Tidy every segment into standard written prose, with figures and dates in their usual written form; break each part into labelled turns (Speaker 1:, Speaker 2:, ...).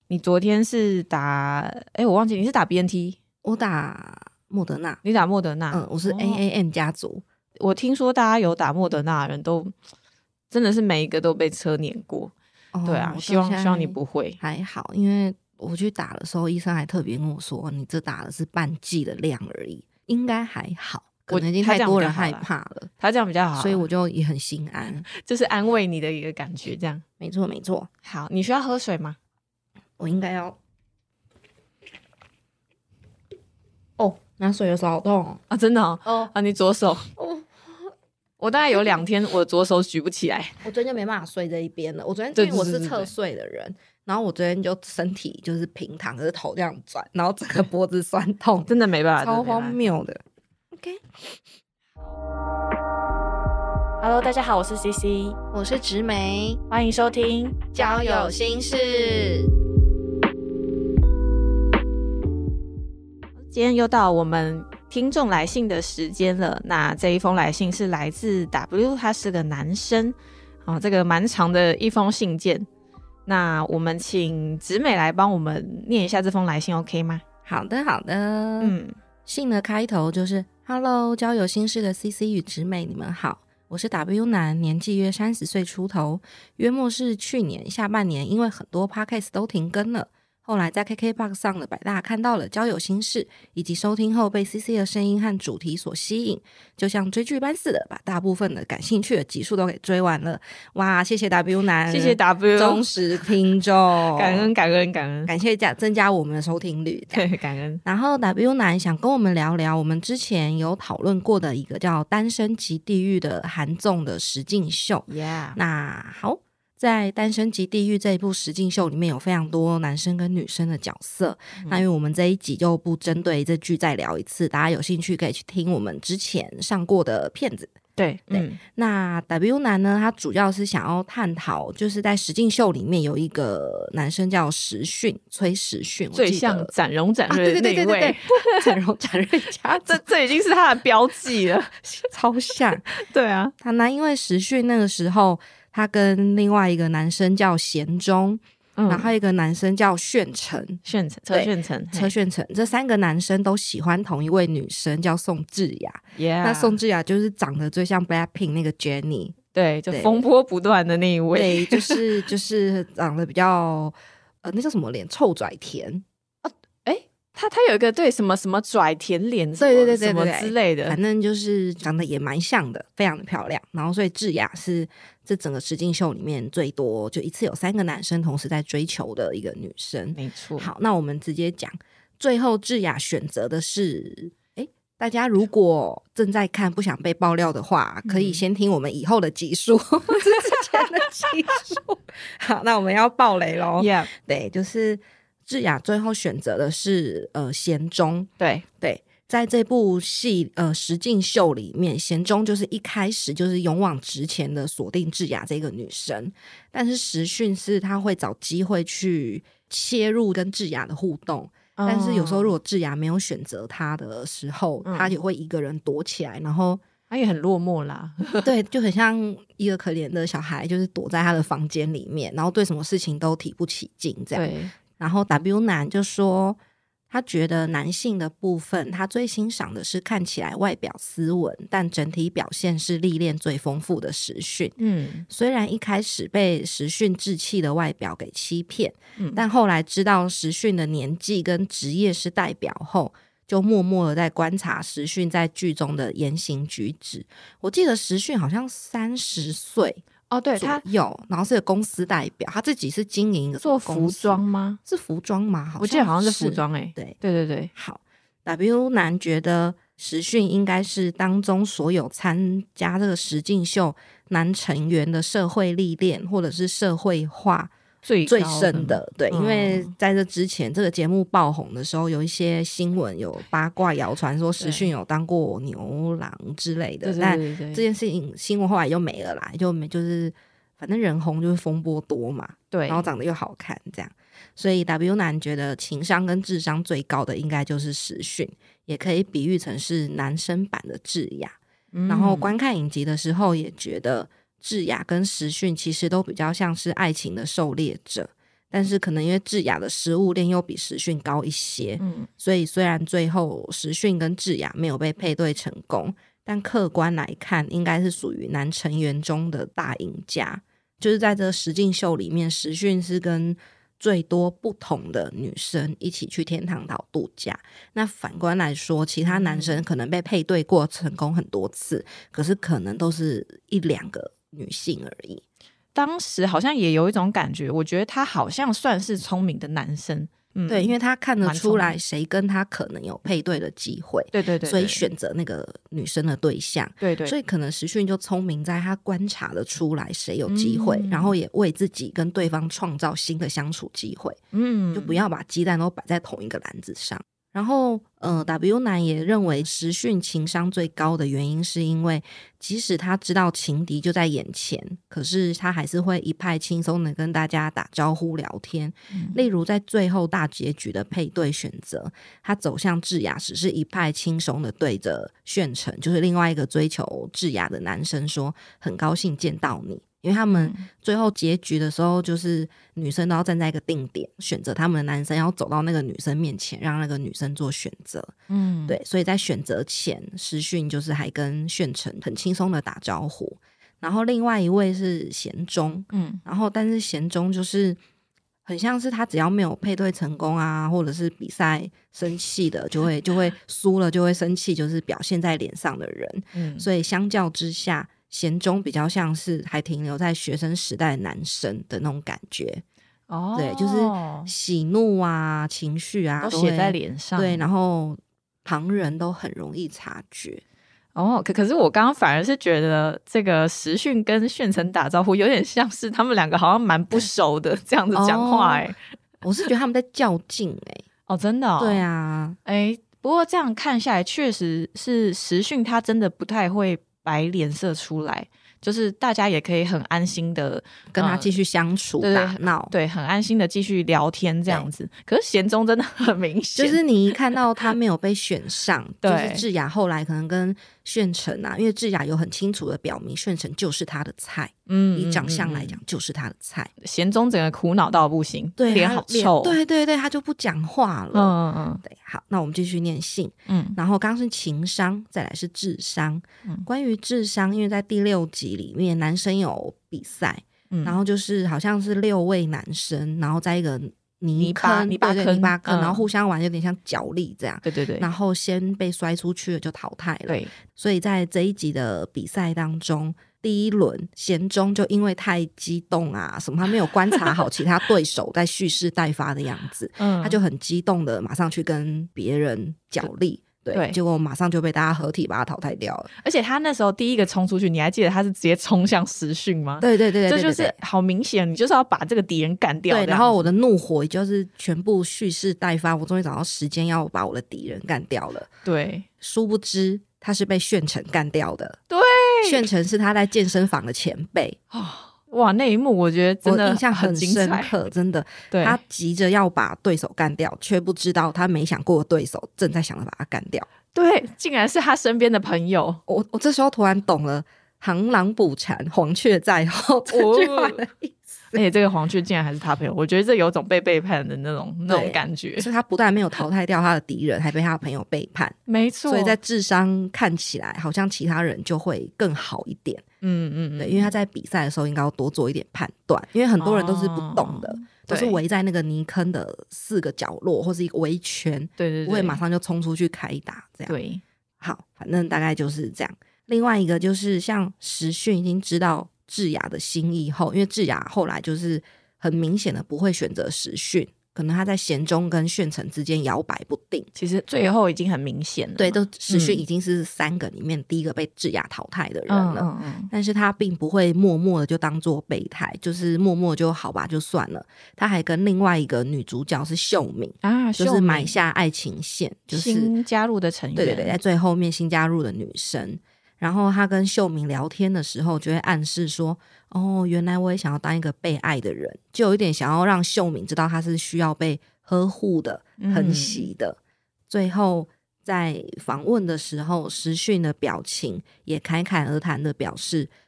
Speaker 1: 你昨天是打我忘记你是打 BNT。
Speaker 2: 我打莫德纳。
Speaker 1: 你打莫德纳？
Speaker 2: 我是 AAM 家族。
Speaker 1: 我听说大家有打莫德纳的人都真的是每一个都被车碾过。对啊，希望你不会。
Speaker 2: 还好，因为我去打的时候医生还特别跟我说你这打的是半剂的量而已，应该还好，可能已经太多人害怕了，
Speaker 1: 他这样比较好，
Speaker 2: 所以我就也很心安，
Speaker 1: 就是安慰你的一个感觉这样。
Speaker 2: 没错没错。
Speaker 1: 好，你需要喝水吗？
Speaker 2: 我应该要拿水的时候好痛
Speaker 1: 啊，真的啊，你左手我大概有2天我左手举不起来。
Speaker 2: 我昨天就没办法睡这一边了，我昨天因为我是侧睡的人，然后我昨天就身体就是平躺，可是头这样转，然后整个脖子酸痛
Speaker 1: 真的没办法，
Speaker 2: 超荒谬的。 OK，
Speaker 1: Hello， 大家好，我是 CC，
Speaker 2: 我是植梅，
Speaker 1: 欢迎收听
Speaker 2: 交友心事。
Speaker 1: 今天又到我们听众来信的时间了。那这一封来信是来自 W， 他是个男生这个蛮长的一封信件。那我们请植美来帮我们念一下这封来信 OK 吗？
Speaker 2: 好的好的。信的开头就是 Hello 交友心事的 CC 与植美，你们好，我是 W 男，年纪约30岁出头，约莫是去年下半年因为很多 Podcast 都停更了，后来在 KKBOX 上的百大看到了交友心事，以及收听后被 CC 的声音和主题所吸引，就像追剧般似的把大部分的感兴趣的集数都给追完了。哇，谢谢 W 男，
Speaker 1: 谢谢 W
Speaker 2: 忠实听众
Speaker 1: 感恩感恩感恩，
Speaker 2: 感谢增加我们的收听率。
Speaker 1: 对，感恩。
Speaker 2: 然后 W 男想跟我们聊聊我们之前有讨论过的一个叫单身即地狱的韩综的实境秀。那好，在单身即地狱这一部实境秀里面有非常多男生跟女生的角色，那因为我们这一集就不针对这剧再聊一次，大家有兴趣可以去听我们之前上过的片子。
Speaker 1: 对，
Speaker 2: 那 W 男呢，他主要是想要探讨就是在实境秀里面有一个男生叫时训，崔时训，
Speaker 1: 最像展荣展瑞的那一位，
Speaker 2: 对展荣展瑞家
Speaker 1: 这已经是他的标记了
Speaker 2: 超像
Speaker 1: 对啊，
Speaker 2: 他呢因为时训那个时候他跟另外一个男生叫贤忠，然后还有一个男生叫车炫成，这3个男生都喜欢同一位女生叫宋智雅。那宋智雅就是长得最像 Blackpink 那个 Jennie，
Speaker 1: 对，就风波不断的那一位。
Speaker 2: 对，就是长得比较那叫什么脸，臭拽甜。
Speaker 1: 他有一个对什么什么拽甜脸，
Speaker 2: 对
Speaker 1: 什么之类的，
Speaker 2: 反正就是长得也蛮像的，非常的漂亮。然后所以智雅是这整个实境秀里面最多就一次有3个男生同时在追求的一个女生。
Speaker 1: 没错。
Speaker 2: 好，那我们直接讲，最后智雅选择的是大家如果正在看不想被爆料的话，可以先听我们以后的集数之前的集数。好，那我们要爆雷咯。对，就是智雅最后选择的是贤忠。对，在这部戏实境秀里面，贤忠就是一开始就是勇往直前的锁定智雅这个女生，但是时训是他会找机会去切入跟智雅的互动，但是有时候如果智雅没有选择他的时候，他也会一个人躲起来，然后
Speaker 1: 他也很落寞啦
Speaker 2: 对，就很像一个可怜的小孩，就是躲在他的房间里面，然后对什么事情都提不起劲这样。对，然后 W 男就说他觉得男性的部分他最欣赏的是看起来外表斯文但整体表现是历练最丰富的时训。虽然一开始被时训稚气的外表给欺骗，但后来知道时训的年纪跟职业是代表后，就默默的在观察时训在剧中的言行举止。我记得时训好像30岁
Speaker 1: 对，他
Speaker 2: 有，然后是个公司代表，他自己是经营
Speaker 1: 做服装吗？
Speaker 2: 是服装吗？
Speaker 1: 我记得好像是服装对。
Speaker 2: 好， W 男觉得时训应该是当中所有参加这个实境秀男成员的社会历练或者是社会化最深的。对，因为在这之前这个节目爆红的时候，有一些新闻有八卦谣传说时训有当过牛郎之类的，但这件事情新闻后来又没了啦，就是反正人红就是风波多嘛，对，然后长得又好看这样，所以 W 男觉得情商跟智商最高的应该就是时训，也可以比喻成是男生版的智雅。然后观看影集的时候也觉得智雅跟时训其实都比较像是爱情的狩猎者， 但是可能因为智雅的食物链又比时训高一些，所以虽然最后时训跟智雅没有被配对成功，但客观来看应该是属于男成员中的大赢家。就是在这个实境秀里面，时训是跟最多不同的女生一起去天堂岛度假，那反观来说其他男生可能被配对过成功很多次，可是可能都是1、2个女性而已。
Speaker 1: 当时好像也有一种感觉，我觉得他好像算是聪明的男生，
Speaker 2: 对，因为他看得出来谁跟他可能有配对的机会，
Speaker 1: 对对 对，
Speaker 2: 所以选择那个女生的对象，
Speaker 1: 对对，
Speaker 2: 所以可能时训就聪明在他观察得出来谁有机会，然后也为自己跟对方创造新的相处机会，就不要把鸡蛋都摆在同一个篮子上。然后W 男也认为时训情商最高的原因是因为即使他知道情敌就在眼前，可是他还是会一派轻松的跟大家打招呼聊天，例如在最后大结局的配对选择，他走向智雅时是一派轻松的对着炫成，就是另外一个追求智雅的男生说很高兴见到你，因为他们最后结局的时候就是女生都要站在一个定点选择他们的男生要走到那个女生面前让那个女生做选择，对，所以在选择前时训就是还跟炫成很轻松的打招呼。然后另外一位是贤忠，然后但是贤忠就是很像是他只要没有配对成功啊，或者是比赛生气的就会输了就会生气，就是表现在脸上的人，所以相较之下贤忠比较像是还停留在学生时代的男生的那种感觉，对，就是喜怒啊情绪啊
Speaker 1: 都写在脸上，
Speaker 2: 对，然后旁人都很容易察觉。
Speaker 1: 可是我刚刚反而是觉得这个时训跟炫成打招呼有点像是他们两个好像蛮不熟的这样子讲话
Speaker 2: 我是觉得他们在较劲
Speaker 1: 真的
Speaker 2: 对啊
Speaker 1: 不过这样看下来确实是时训他真的不太会摆脸色出来，就是大家也可以很安心的
Speaker 2: 跟他继续相处打闹，
Speaker 1: 对，很安心的继续聊天这样子。可是贤忠真的很明显，
Speaker 2: 就是你一看到他没有被选上就是智雅后来可能跟炫成啊，因为智雅有很清楚的表明炫成就是他的菜，以长相来讲就是他的菜，
Speaker 1: 贤忠整个苦恼到不行，
Speaker 2: 对，
Speaker 1: 脸好臭，
Speaker 2: 对对对，他就不讲话了，对，好，那我们继续念信，然后刚刚是情商，再来是智商，关于智商，因为在第6集里面男生有比赛，然后就是好像是6位男生，然后在一个泥巴坑，然后互相玩，有点像角力这样，
Speaker 1: 对对对，
Speaker 2: 然后先被摔出去了就淘汰了，
Speaker 1: 对，
Speaker 2: 所以在这一集的比赛当中，第一轮贤忠就因为太激动啊什么，他没有观察好其他对手在蓄势待发的样子，他就很激动的马上去跟别人角力，对，结果马上就被大家合体把他淘汰掉了。
Speaker 1: 而且他那时候第一个冲出去，你还记得他是直接冲向时训吗？
Speaker 2: 对对对，
Speaker 1: 这就是好明显，你就是要把这个敌人干掉。
Speaker 2: 对，然后我的怒火就是全部蓄势待发，我终于找到时间要把我的敌人干掉了。
Speaker 1: 对，
Speaker 2: 殊不知他是被炫成干掉的。
Speaker 1: 对，
Speaker 2: 炫成是他在健身房的前辈。
Speaker 1: 哇，那一幕我觉得真的
Speaker 2: 我印象很深刻，真的。他急着要把对手干掉，却不知道他没想过的对手正在想着把他干掉。
Speaker 1: 对，竟然是他身边的朋友。
Speaker 2: 我这时候突然懂了“螳螂捕蝉，黄雀在后”这句话的意思。
Speaker 1: 而且这个黄雀竟然还是他朋友，我觉得这有种被背叛的那种感觉。
Speaker 2: 所以他不但没有淘汰掉他的敌人，还被他的朋友背叛。
Speaker 1: 没错，
Speaker 2: 所以在智商看起来好像其他人就会更好一点。对，因为他在比赛的时候应该要多做一点判断，因为很多人都是不懂的，都是围在那个泥坑的4个角落或是一个围圈，
Speaker 1: 对对对，
Speaker 2: 不会马上就冲出去开打这样。
Speaker 1: 对，
Speaker 2: 好，反正大概就是这样。另外一个就是像时训已经知道智雅的心意后，因为智雅后来就是很明显的不会选择时训，可能他在贤忠跟炫成之间摇摆不定，
Speaker 1: 其实最后已经很明显了，
Speaker 2: 对，都时训已经是3个里面第一个被智雅淘汰的人了，但是他并不会默默的就当做备胎，就是默默就好吧就算了，他还跟另外一个女主角是秀敏啊，就是埋下爱情线，就是
Speaker 1: 新加入的成员，
Speaker 2: 对对对，在最后面新加入的女生。然后他跟秀敏聊天的时候就会暗示说，哦，原来我也想要当一个被爱的人，就有一点想要让秀敏知道他是需要被呵护的、疼惜的。最后在访问的时候，时训的表情也侃侃而谈的表示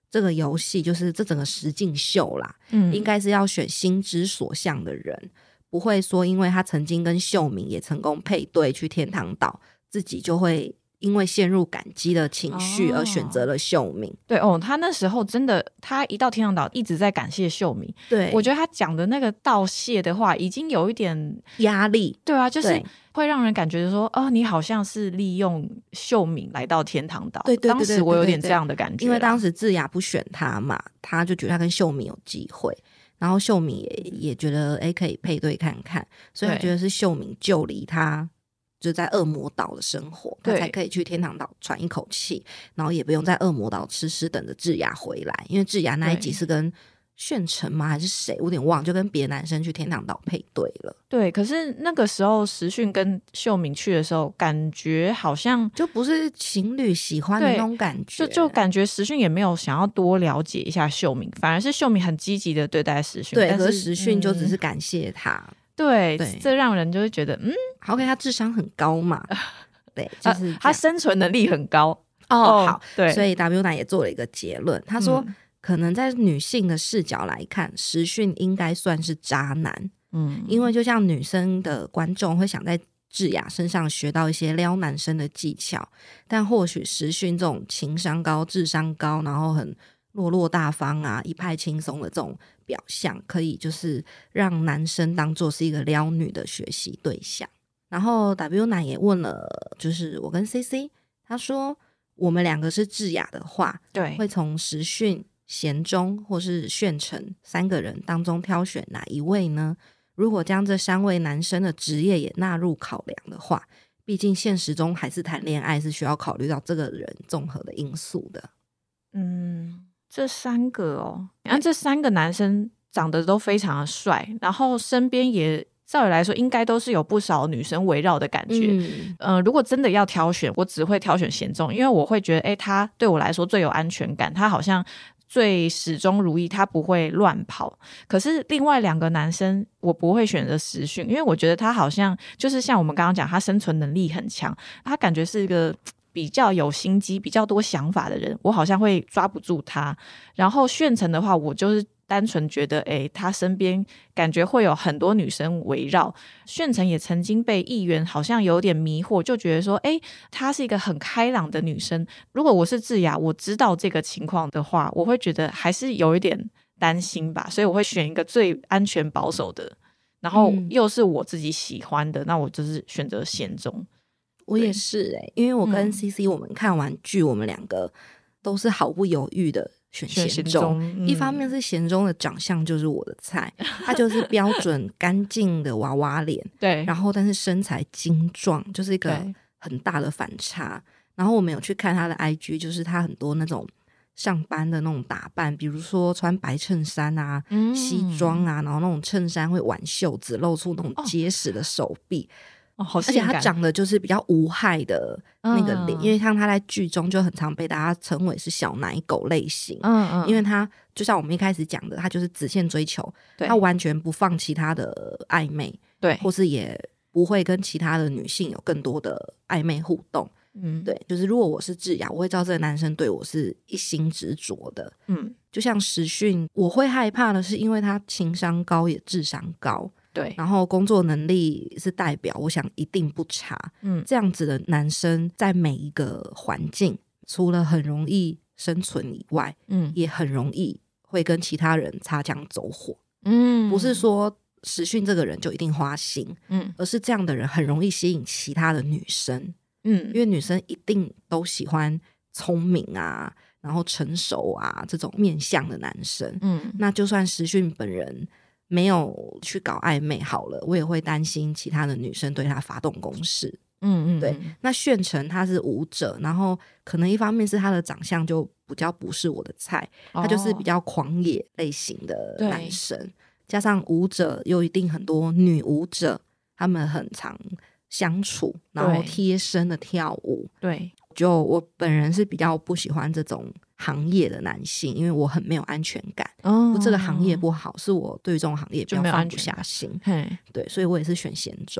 Speaker 2: 这个游戏就是这整个实境秀啦，应该是要选心之所向的人，不会说因为他曾经跟秀敏也成功配对去天堂岛，自己就会因为陷入感激的情绪而选择了秀敏。
Speaker 1: 对哦，他那时候真的，他一到天堂岛一直在感谢秀敏。
Speaker 2: 对，
Speaker 1: 我觉得他讲的那个道谢的话，已经有一点
Speaker 2: 压力。
Speaker 1: 对啊，就是会让人感觉说，哦，你好像是利用秀敏来到天堂岛。
Speaker 2: 对，
Speaker 1: 当时我有点这样的感觉，
Speaker 2: 因为当时智雅不选他嘛，他就觉得他跟秀敏有机会。然后秀敏也觉得可以配对看看，所以他觉得是秀敏救离他就在恶魔岛的生活，他才可以去天堂岛喘一口气，然后也不用在恶魔岛痴痴等着智雅回来。因为智雅那一集是跟炫成吗还是谁我有点忘，就跟别的男生去天堂岛配对了。
Speaker 1: 对，可是那个时候时训跟秀敏去的时候，感觉好像
Speaker 2: 就不是情侣喜欢的那种感觉，
Speaker 1: 就感觉时训也没有想要多了解一下秀敏，反而是秀敏很积极的对待时训。
Speaker 2: 对，可是时训就只是感谢他。
Speaker 1: 对，这让人就会觉得
Speaker 2: OK， 他智商很高嘛。对，就是
Speaker 1: 他生存能力很高。
Speaker 2: 好，
Speaker 1: 对，
Speaker 2: 所以 W 奶也做了一个结论，他说可能在女性的视角来看，时训应该算是渣男。因为就像女生的观众会想在智雅身上学到一些撩男生的技巧，但或许时训这种情商高智商高然后很落落大方啊一派轻松的这种表象，可以就是让男生当作是一个撩女的学习对象。然后 W 奶也问了就是我跟 CC， 他说我们两个是智雅的话，
Speaker 1: 对，
Speaker 2: 会从时训贤忠或是炫成3个人当中挑选哪一位呢？如果将这3位男生的职业也纳入考量的话，毕竟现实中还是谈恋爱是需要考虑到这个人综合的因素的。
Speaker 1: 这3个哦，然后这3个男生长得都非常的帅，然后身边也照理来说应该都是有不少女生围绕的感觉。如果真的要挑选，我只会挑选贤忠，因为我会觉得他对我来说最有安全感，他好像最始终如一，他不会乱跑。可是另外2个男生我不会选择时训，因为我觉得他好像就是像我们刚刚讲，他生存能力很强，他感觉是一个比较有心机比较多想法的人，我好像会抓不住他。然后炫成的话，我就是单纯觉得他身边感觉会有很多女生围绕。炫成也曾经被议员好像有点迷惑，就觉得说她是一个很开朗的女生，如果我是智雅我知道这个情况的话，我会觉得还是有一点担心吧，所以我会选一个最安全保守的，然后又是我自己喜欢的，那我就是选择贤忠。
Speaker 2: 我也是因为我跟 CC 我们看完剧，我们2个都是毫不犹豫的选贤忠。一方面是贤忠的长相就是我的菜，他就是标准干净的娃娃脸，
Speaker 1: 对，
Speaker 2: 然后但是身材精壮，就是一个很大的反差。然后我们有去看他的 IG， 就是他很多那种上班的那种打扮，比如说穿白衬衫啊、西装啊，然后那种衬衫会挽袖子，露出那种结实的手臂。
Speaker 1: 好性感，
Speaker 2: 而且他长得就是比较无害的那个脸，因为像他在剧中就很常被大家称为是小奶狗类型。因为他就像我们一开始讲的，他就是直线追求，他完全不放其他的暧昧，
Speaker 1: 对，
Speaker 2: 或是也不会跟其他的女性有更多的暧昧互动。对，就是如果我是智雅，我会知道这个男生对我是一心执着的。就像时训，我会害怕的是因为他情商高也智商高，
Speaker 1: 对，
Speaker 2: 然后工作能力是代表，我想一定不差。这样子的男生在每一个环境，除了很容易生存以外，也很容易会跟其他人擦枪走火。不是说时训这个人就一定花心，而是这样的人很容易吸引其他的女生。因为女生一定都喜欢聪明啊，然后成熟啊这种面相的男生。那就算时训本人没有去搞暧昧好了，我也会担心其他的女生对他发动攻势。对。那炫成他是舞者，然后可能一方面是他的长相就比较不是我的菜，他就是比较狂野类型的男生，加上舞者又一定很多女舞者，他们很常相处，然后贴身的跳舞。
Speaker 1: 对，
Speaker 2: 就我本人是比较不喜欢这种行业的男性，因为我很没有安全感。不，这个行业不好，是我对于这种行业比较放不下心。对，所以我也是选贤忠。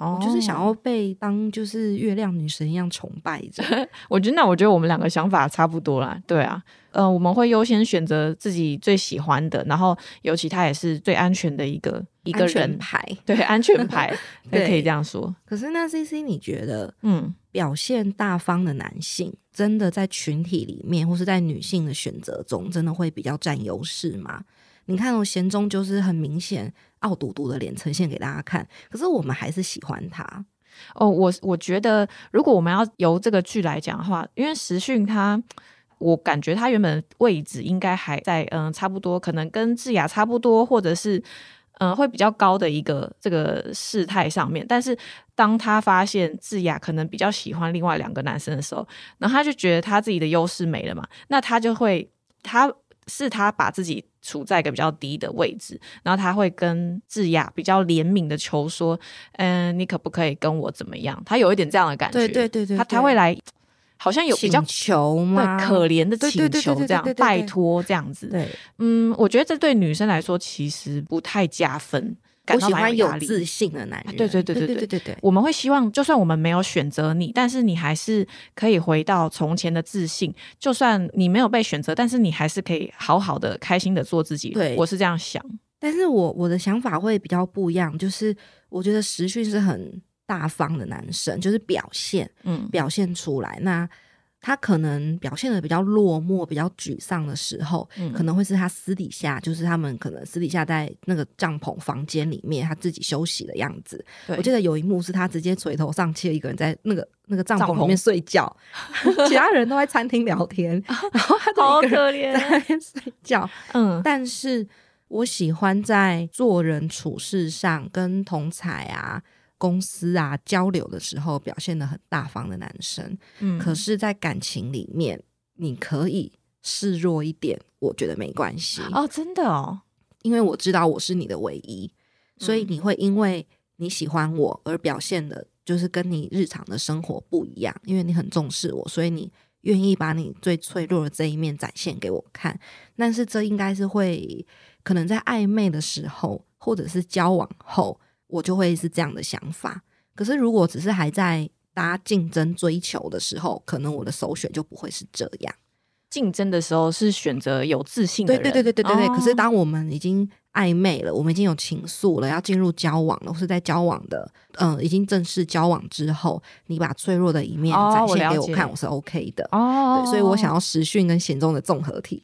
Speaker 2: 我就是想要被当就是月亮女神一样崇拜着。
Speaker 1: 我觉得我们两个想法差不多啦，对啊，我们会优先选择自己最喜欢的，然后尤其他也是最安全的一个人，
Speaker 2: 安全牌，
Speaker 1: 对，安全牌
Speaker 2: 对，
Speaker 1: 可以这样说。
Speaker 2: 可是那 CC 你觉得表现大方的男性真的在群体里面或是在女性的选择中真的会比较占优势吗？你看贤忠就是很明显傲嘟嘟的脸呈现给大家看，可是我们还是喜欢他。
Speaker 1: 我觉得如果我们要由这个剧来讲的话，因为时训他，我感觉他原本的位置应该还在差不多，可能跟智雅差不多，或者是会比较高的一个这个事态上面。但是当他发现智雅可能比较喜欢另外2个男生的时候，然后他就觉得他自己的优势没了嘛，那他就会他把自己处在一个比较低的位置，然后他会跟智雅比较怜悯的求说你可不可以跟我怎么样，他有一点这样的感觉。对，他会来好像有比较
Speaker 2: 请求吗？
Speaker 1: 对，可怜的请求这样，拜托这样子。
Speaker 2: 对，
Speaker 1: 我觉得这对女生来说其实不太加分。
Speaker 2: 我喜欢有自信的男人。
Speaker 1: 对，我们会希望就算我们没有选择你，但是你还是可以回到从前的自信，就算你没有被选择，但是你还是可以好好的开心的做自己。
Speaker 2: 对，
Speaker 1: 我是这样想。
Speaker 2: 但是我的想法会比较不一样，就是我觉得时训是很大方的男生，就是表现出来。那他可能表现的比较落寞比较沮丧的时候，可能会是他私底下，就是他们可能私底下在那个帐篷房间里面他自己休息的样子。我记得有一幕是他直接垂头丧气的一个人在那个帐篷里面睡觉其他人都在餐厅聊天然后他就一个人在那边睡觉。但是我喜欢在做人处事上跟同侪啊公司啊交流的时候表现得很大方的男生。可是在感情里面你可以示弱一点，我觉得没关系。
Speaker 1: 真的哦，
Speaker 2: 因为我知道我是你的唯一，所以你会因为你喜欢我而表现的就是跟你日常的生活不一样，因为你很重视我，所以你愿意把你最脆弱的这一面展现给我看。但是这应该是会可能在暧昧的时候或者是交往后我就会是这样的想法。可是如果只是还在大家竞争追求的时候，可能我的首选就不会是这样。
Speaker 1: 竞争的时候是选择有自信的人。
Speaker 2: 对、可是当我们已经暧昧了，我们已经有情愫了，要进入交往了，或是在交往的已经正式交往之后，你把脆弱的一面展现给我看，我是 OK 的。对，所以我想要时训跟贤忠的综合体。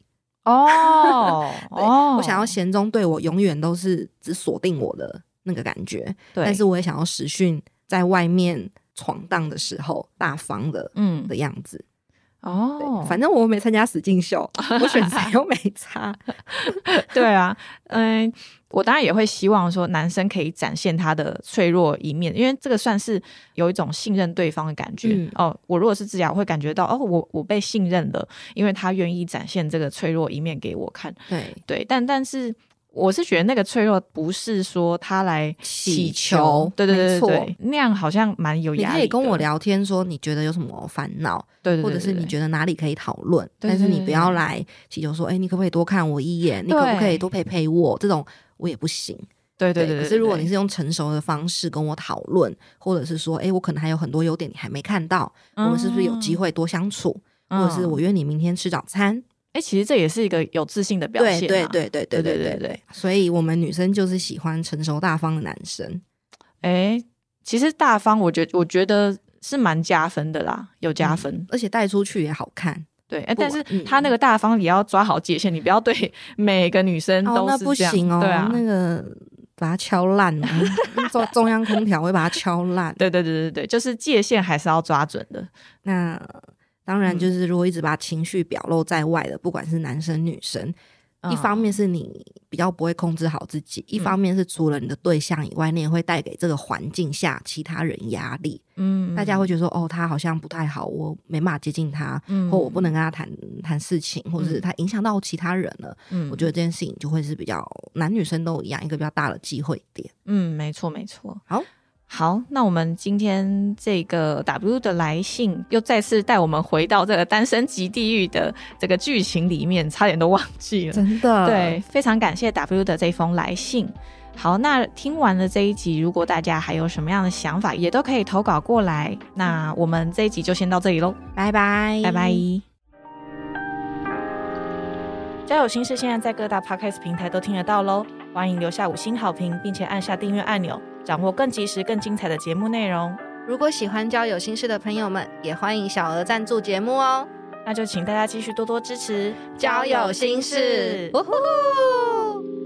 Speaker 2: 我想要贤忠对我永远都是只锁定我的那个感觉，但是我也想要时训在外面闯荡的时候大方的样子。反正我没参加实境秀我选谁又没差
Speaker 1: 对啊，我当然也会希望说男生可以展现他的脆弱一面，因为这个算是有一种信任对方的感觉。我如果是智雅，我会感觉到我被信任了，因为他愿意展现这个脆弱一面给我看。对，但是我是觉得那个脆弱不是说他来祈求，对，那样好像蛮有压力的。
Speaker 2: 你可以跟我聊天说你觉得有什么烦恼，对，或者是你觉得哪里可以讨论，但是你不要来祈求说你可不可以多看我一眼，你可不可以多陪我，这种我也不行。对，可是如果你是用成熟的方式跟我讨论，或者是说我可能还有很多优点你还没看到，我们是不是有机会多相处，或者是我约你明天吃早餐。
Speaker 1: 其实这也是一个有自信的表现。
Speaker 2: 对，所以我们女生就是喜欢成熟大方的男生。
Speaker 1: 其实大方我觉得是蛮加分的啦，有加分，
Speaker 2: 而且带出去也好看。
Speaker 1: 对，但是他那个大方也要抓好界限，你不要对每个女生都是这样。那不行哦，
Speaker 2: 对啊，那个把它敲烂了中央空调会把它敲烂。
Speaker 1: 对，就是界限还是要抓准的。
Speaker 2: 那当然就是如果一直把情绪表露在外的，不管是男生女生，一方面是你比较不会控制好自己，一方面是除了你的对象以外，你也会带给这个环境下其他人压力。大家会觉得说他好像不太好，我没办法接近他，或我不能跟他谈事情，或者是他影响到其他人了。我觉得这件事情就会是比较男女生都一样一个比较大的机会点。
Speaker 1: 没错。好，那我们今天这个 W 的来信又再次带我们回到这个单身即地狱的这个剧情里面，差点都忘记了，
Speaker 2: 真的。
Speaker 1: 对，非常感谢 W 的这封来信。 好，那听完了这一集，如果大家还有什么样的想法，也都可以投稿过来。那我们这一集就先到这里咯，
Speaker 2: 拜拜，
Speaker 1: 拜拜。交友心事现在在各大 Podcast 平台都听得到咯，欢迎留下5星好评，并且按下订阅按钮，掌握更及时更精彩的节目内容。
Speaker 2: 如果喜欢交友心事的朋友们，也欢迎小额赞助节目哦。
Speaker 1: 那就请大家继续多多支持
Speaker 2: 交友心事，呜呼。